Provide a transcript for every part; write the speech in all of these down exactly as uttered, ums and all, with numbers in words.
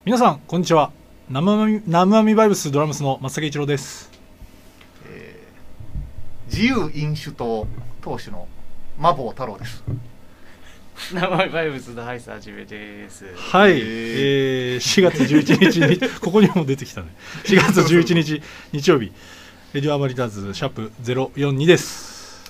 皆さんこんにちは。生アミ生アミバイブスドラムスの松崎一郎です。 えー、自由飲酒党党首の馬坊太郎です。 生アミバイブスのハイサージメです。 はい、えーえー、しがつじゅういちにちにここにも出てきたね。しがつじゅういちにち日曜日、レディオアマリターズシャープゼロよんにです。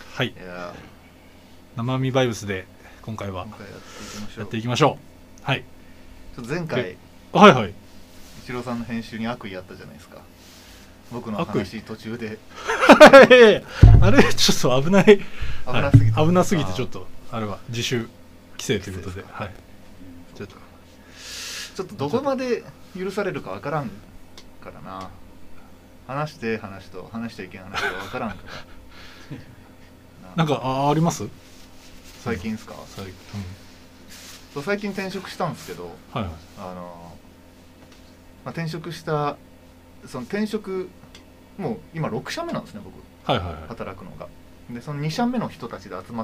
はい、いや生アミバイブスで今回はやっていきましょう。はい、 ちょっと前回はいはい一郎さんの編集に悪意あったじゃないですか。僕の話途中であれちょっと危ない危なすぎて、 はい、危なすぎてちょっとあれは自主規制ということで、はい、ちょっとちょっとどこまで許されるかわからんからな。話して話と話しちゃいけない話がわからんからなんか あ, あります最近ですか。最近、うん、最近転職したんですけど、はいはい、あのまあ、転職したその転職もう今ろくしゃめなんですね僕、はいはいはい、働くのが。でそのにしゃめの人たちで集まって、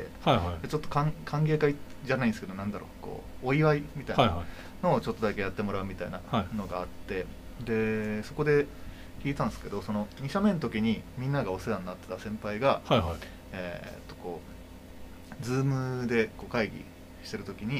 はいはい、ちょっと歓迎会じゃないんですけど、なんだろう、こうお祝いみたいなのをちょっとだけやってもらうみたいなのがあって、はいはい、でそこで聞いたんですけど、そのにしゃめの時にみんながお世話になってた先輩が、はいはい、えー、っとこうズームでこう会議してる時に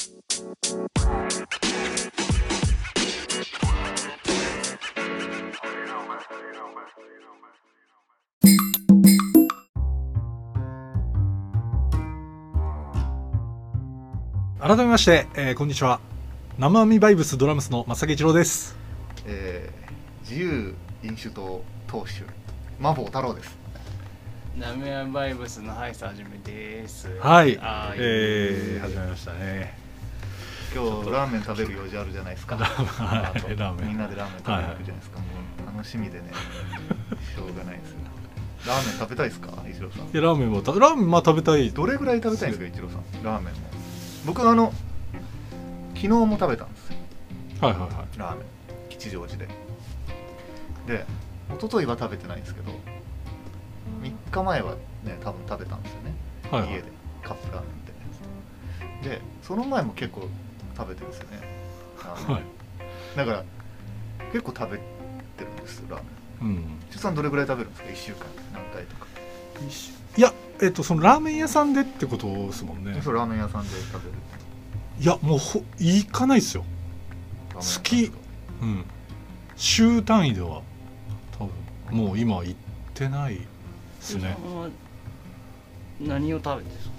改めまして、えー、こんにちは。生アミバイブスドラムスの松崎一郎です。 えー、自由飲酒党党首馬坊太郎です。 生アミバイブスのハイサージメです。 はい、あ、えー、始まりましたね。 今日ラーメン食べる用事あるじゃないですか。 はい、ラーメンみんなでラーメン食べるじゃないですか、はい、もう楽しみでねしょうがないですよ。ラーメン食べたいですか一郎さん。いやラーメンはラーメンまあ食べたい。 どれぐらい食べたいんですか一郎さんラーメンも。僕あの昨日も食べたんですよ、はいはいはい、ラーメン吉祥寺で。で一昨日は食べてないんですけどみっかまえはね多分食べたんですよね、はいはい、家でカップラーメンみたいなやつで、その前も結構食べてるんですよね、はい、だから結構食べてるんですよラーメン。うん、ちさんどれぐらい食べるんですかいっしゅうかん何回とか。 いや、えっとそのラーメン屋さんでってことですもんね。 そうラーメン屋さんで食べる。 いやもうほ行かないですよ。月、うん、週単位では多分もう今行ってないですね。 何を食べてるんですか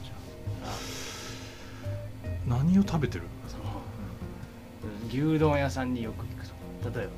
じゃあ。何を食べてる？ 牛丼屋さんによく行くと。例え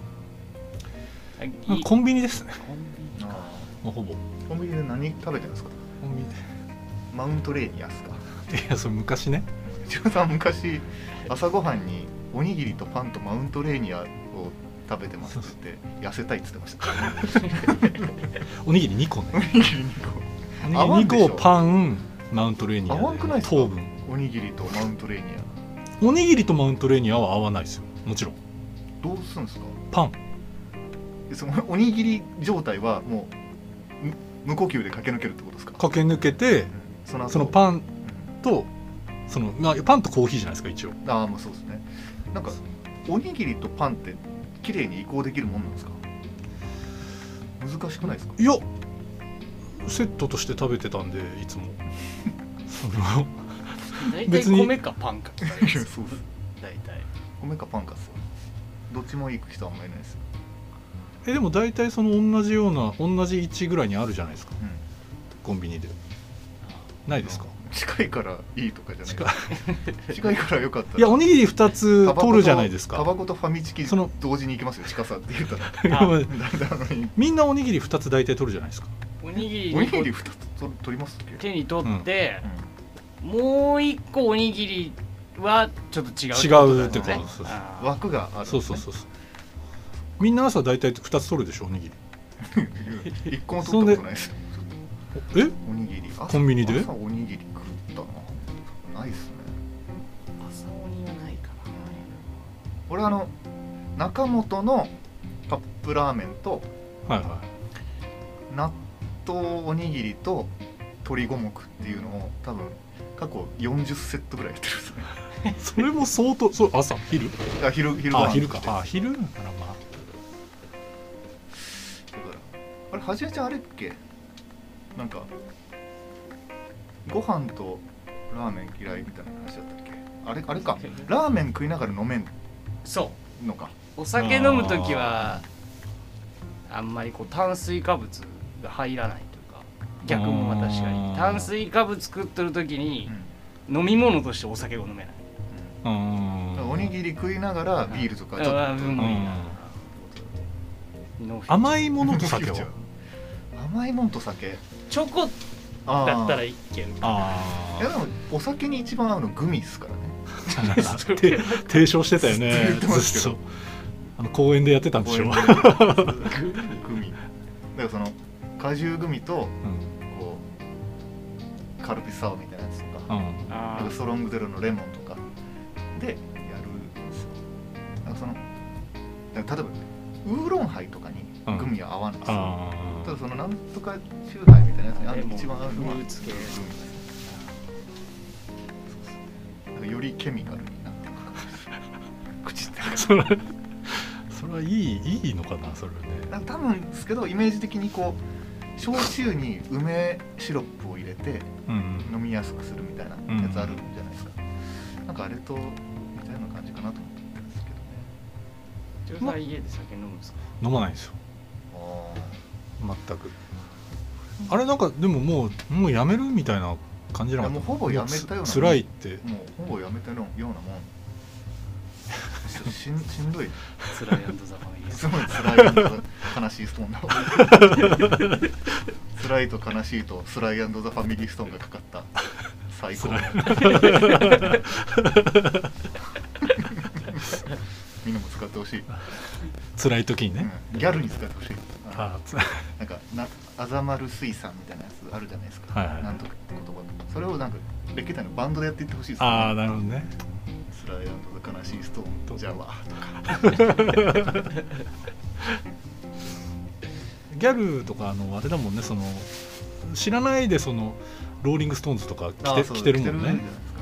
ばコンビニですね。 コンビニか。 まあ、ほぼコンビニで何食べてるんですか。 コンビニでマウントレーニアですか。 いやそれ昔ね。 一郎さん昔朝ごはんにおにぎりとパンとマウントレーニアを食べてますって言って痩せたいって言ってましたおにぎりにこね。おにぎりにこおにぎりにこパンマウントレーニアで合わんくないですか。 糖分おにぎりとマウントレーニア。おにぎりとマウントレーニアは合わないですよもちろん。 どうするんですか。 パンそのおにぎり状態はもう無呼吸で駆け抜けるってことですか。 駆け抜けて、うん、そのそのパンと、うん、そのまあ、パンとコーヒーじゃないですか一応。 ああまあそうですね。なんかおにぎりとパンって綺麗に移行できるもんなんですか。難しくないですか。 いやセットとして食べてたんでいつもその大体米かパンかそうです。大体米かパンかっす。どっちも行く人はあんまりいないですよ。 えでも大体その同じような同じ位置ぐらいにあるじゃないですか、うん、コンビニでないですか。 近いからいいとかじゃない近いからよかったら。 いやおにぎりふたつ取るじゃないですか。 タバコとファミチキ同時に行きますよ近さって言ったらみんなおにぎりふたつ大体取るじゃないですか。 おにぎりおにぎりふたつ取りますっけ。 手に取って、うんうん、もう一個おにぎりはちょっと違うってことだよね。違うってことです。 枠がある、ね、 そうそうそうそう。みんな朝大体ふたつ取るでしょおにぎり。一個も取ったことないですよ。 えおにぎりコンビニで朝おにぎり食ったな。ないっすね。 朝おにはないかな。 俺あの中本のカップラーメンと、はいはい、納豆おにぎりと鶏五目っていうのを多分過去よんじゅっセットぐらいやってるんですねそれも相当、そう朝昼いや昼昼あ昼かあ昼だからまあだからあれはじめちゃんあれっけなんかご飯とラーメン嫌いみたいな話だったっけあれあれかラーメン食いながら飲めんそうのかお酒飲むときはあんまりこう炭水化物が入らないというか逆もまた確かに炭水化物食ってるときに飲み物としてお酒を飲めない、 うん、おにぎり食いながらビールとかちょっと、うんうんうん、甘いものと酒は甘いものと酒チョコだったらいけるあいやでもお酒に一番合うのグミっすからね提唱してたよねずっとあの公園でやってたんでしょグミだからその果汁グミと、うん、こうカルピスサワーみたいなやつとか、うん、なんかストロングゼロのレモンとかでやるんですよなんかその例えばウーロンハイとかにグミは合わないんですよ、うん、ただそのなんとかチューハイみたいなやつにある一番合うのはフルーツ系なんかよりケミカルになって口ってそれそれはいいいいのかなそれはねなんか多分ですけどイメージ的にこう焼酎に梅シロップを入れて飲みやすくするみたいなやつあるんじゃないですか、うんうん、なんかあれと似たような感じかなと思ってるんですけどね。 ジョーさん家で酒飲むんですか？ 飲まないんですよ全くあれなんかでももうもうやめるみたいな感じなのかな。 もうほぼやめたようなつ辛いってもうほぼやめたようなもんし, しんどいつらい&ザファミリーすごいつらい&悲しいストーンだつらいと悲しいとスライ&ザファミリーストーンがかかった最高みんなも使ってほしい辛い時にね、 うん、ギャルに使ってほしいあなんかなあざまる水産みたいなやつあるじゃないですか、はいはい、なんとか言葉それをなんかレケタのバンドでやっていってほしいです、ね、 ああなるほどねスライ&ザ悲しいストーンとジャワーとかギャルとかあのあれだもんねその知らないでそのローリングストーンズとか着 て, 着てるもんね、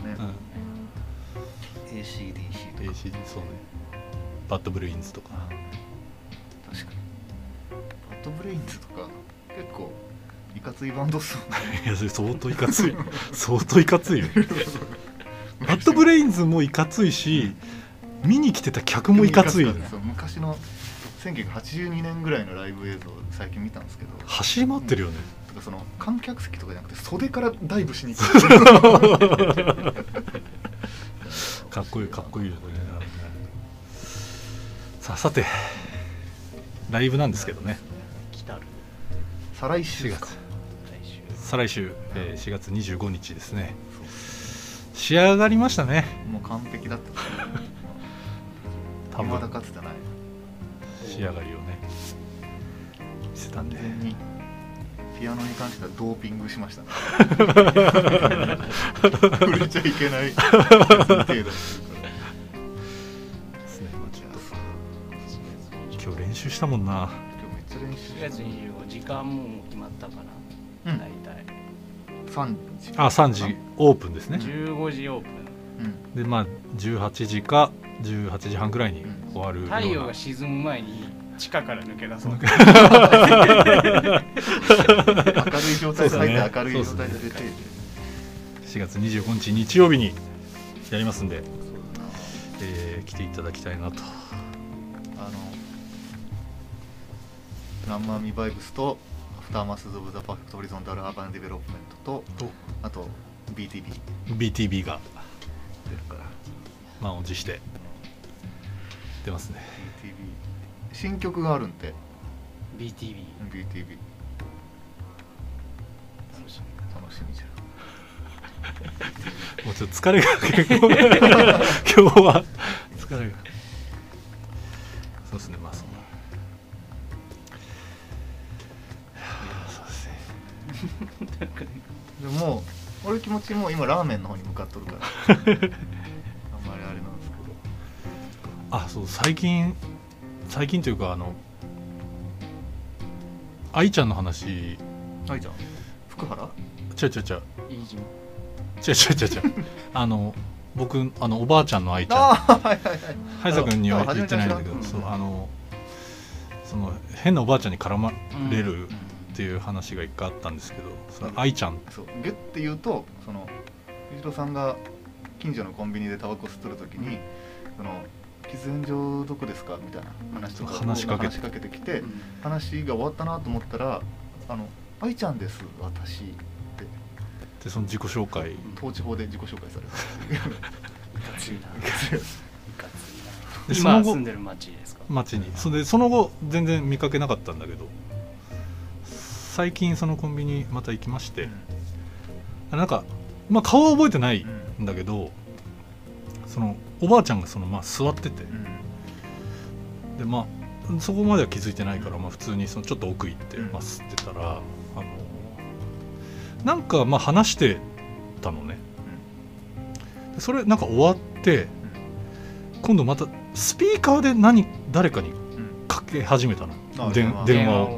うん、エーシーディーシー とかエーシーディー そうねバッドブレインズとか確かにバッドブレインズとか結構いかついバンドっすもんねいやそれ相当いかつい相当いかついよバッドブレインズもいかついし見に来てた客もいかついよね昔のせんきゅうひゃくはちじゅうにねんぐらいのライブ映像最近見たんですけど走り回ってるよね、 うん、とかその観客席とかじゃなくて袖からダイブしに行くかっこいいかっこいいよねさあさてライブなんですけどね来たる再来週か再来週、えー、しがつにじゅうごにちですね仕上がりましたねもう完璧だった多分まだかつてない仕上がりをね見せたんで完全にピアノに関してはドーピングしましたね触れちゃいけない程度ですね。 今日練習したもんな。 今日めっちゃ練習しがつにじゅうご時間も決まったかな、うん、大体さんじあさんじオープンですね。 じゅうごじオープン、 うん、でまあじゅうはちじかじゅうはちじはんぐらいに終わる、うん、 太陽が沈む前に地下から抜け出そう明るい状態で入って明るい状態で出て、ね、 しがつにじゅうごにち日曜日にやりますんで、えー、来ていただきたいなと。 あのランマーミバイブスとアフターマスズ・オブ・ザ・パーフェクト・ホリゾンタル・アーバン・ディベロップメントとあと ビーティービービーティービー が出るから満を持して出ますね。 ビーティービー 新曲があるんでビーティービービーティービー 楽しみ楽しみじゃんもうちょっと疲れが結構今日は疲れがそうですね。まあそんなそうですねでももう俺気持ちもう今ラーメンの方に向かっとるからあんまりあれなんですけどあそう最近最近というかあの愛ちゃんの話。 愛ちゃん福原ちゃうちゃうちゃう飯島違う違う違うあの僕あのおばあちゃんの愛ちゃんハイザ君には言ってないんだけど、そうあのその変なおばあちゃんに絡まれるっていう話が一回あったんですけど、その愛ちゃんそうギュッて言うと、その藤代さんが近所のコンビニでタバコ吸っとる時に、その喫煙所どこですかみたいな話とか話しかけ話しかけてきて、話が終わったなと思ったら、あの愛ちゃんです私ってで、その自己紹介統治法で自己紹介されるで今住んでる町ですか？ 町に。それでその後全然見かけなかったんだけど、最近そのコンビニまた行きまして、うん、なんか、まあ、顔は覚えてないんだけど、うん、そのおばあちゃんがその、まあ、座ってて、うん、でまあそこまでは気づいてないから、まあ、普通にそのちょっと奥行って、まあ、吸ってたら、あのなんかまあ話してたのね。でそれなんか終わって、今度またスピーカーで何誰かにかけ始めたの、うん、電話を。電話を、はい、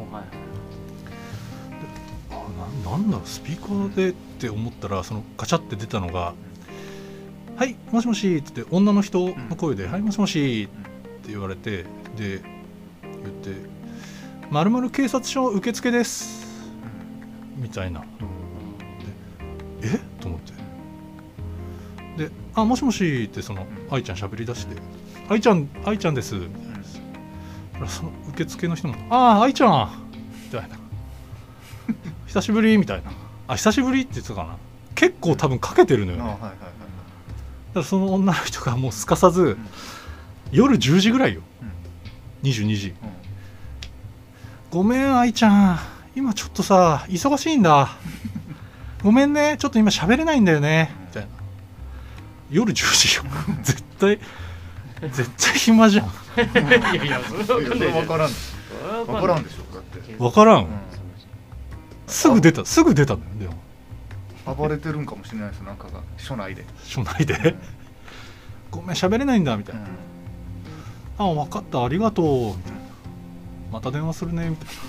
あ な, なんだろうスピーカーでって思ったら、そのガチャって出たのが「はいもしもし」って言って女の人の声で「うん、はいもしもし」って言われて、で言って「まるまる警察署受付です」みたいな。でえと思って。で、あ、もしもしってその愛ちゃん喋り出して、愛ちゃん、愛ちゃんですみたいな。だからその受付の人も、ああ、愛ちゃんみたいな。久しぶりみたいな。あ、久しぶりって言ってたかな。結構多分かけてるのよね。だからその女の人がもうすかさず、夜じゅうじぐらいよ。にじゅうにじ。ごめん愛ちゃん、今ちょっとさ忙しいんだ。ごめんね、ちょっと今喋れないんだよねみたいな。夜じゅうじよ絶対絶対暇じゃん。 いやいやそれは分からん分からんでしょ。だって分からん、うん、すぐ出たすぐ出たんだよ。でも暴れてるんかもしれないです。なんかが署内で署内で、うん、ごめん喋れないんだみたいな、うん、あ分かったありがとうみたいな、また電話するねみたいな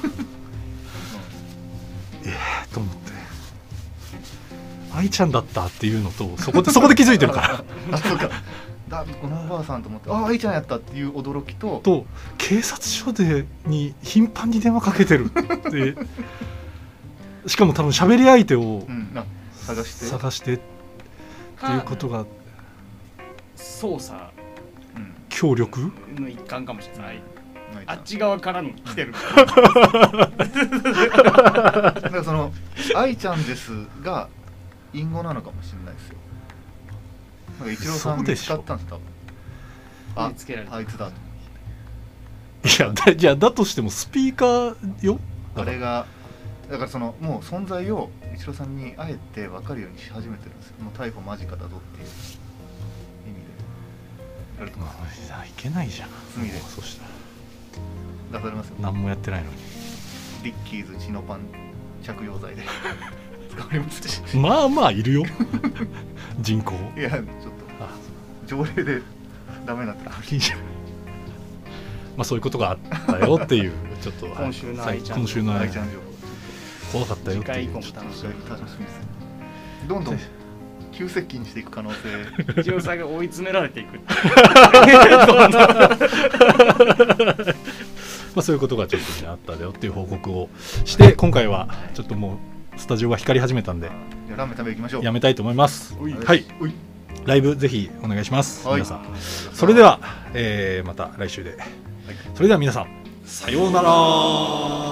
ええと思って、愛ちゃんだったっていうのと、そこでそこで気づいてるからあそうかだこのおばあさんと思って、あ愛ちゃんやったっていう驚きとと警察署でに頻繁に電話かけてるってしかも多分喋り相手を、うん、 探して探してっていうことが捜査、 うん、協力の一環かもしれない。あっち側からの来てるだからその愛ちゃんですが隠語なのかもしれないですよ。なんか一郎さん見つかったんです多分。あ、 つけられたあいつだと。 いやだ、いやだとしてもスピーカーよ。 あれがだからそのもう存在を一郎さんにあえて分かるようにし始めてるんですよ。もう逮捕間近だぞっていう意味でやると思います。 いやいけないじゃん。 罪で。 そしたら出されますよ。 何もやってないのに。 リッキーズチノパン着用罪で使われますし。 まあまあいるよ人口。 いやちょっと条例でダメになったらいいじゃん。 まあそういうことがあったよっていうちょっと今週の愛ちゃん今週の愛ちゃん情報怖かったよっていう。 次回以降も楽しみです。 どんどん急接近していく可能性。一応さんが追い詰められていく。 まあそういうことがちょっと、ね、あったよっていう報告をして今回はちょっともうスタジオが光り始めたんでじゃラーメン食べ行きましょう。 やめたいと思います。はい、ライブぜひお願いします、 はい、 皆さん。それでは、えー、また来週で、はい、それでは皆さんさようなら。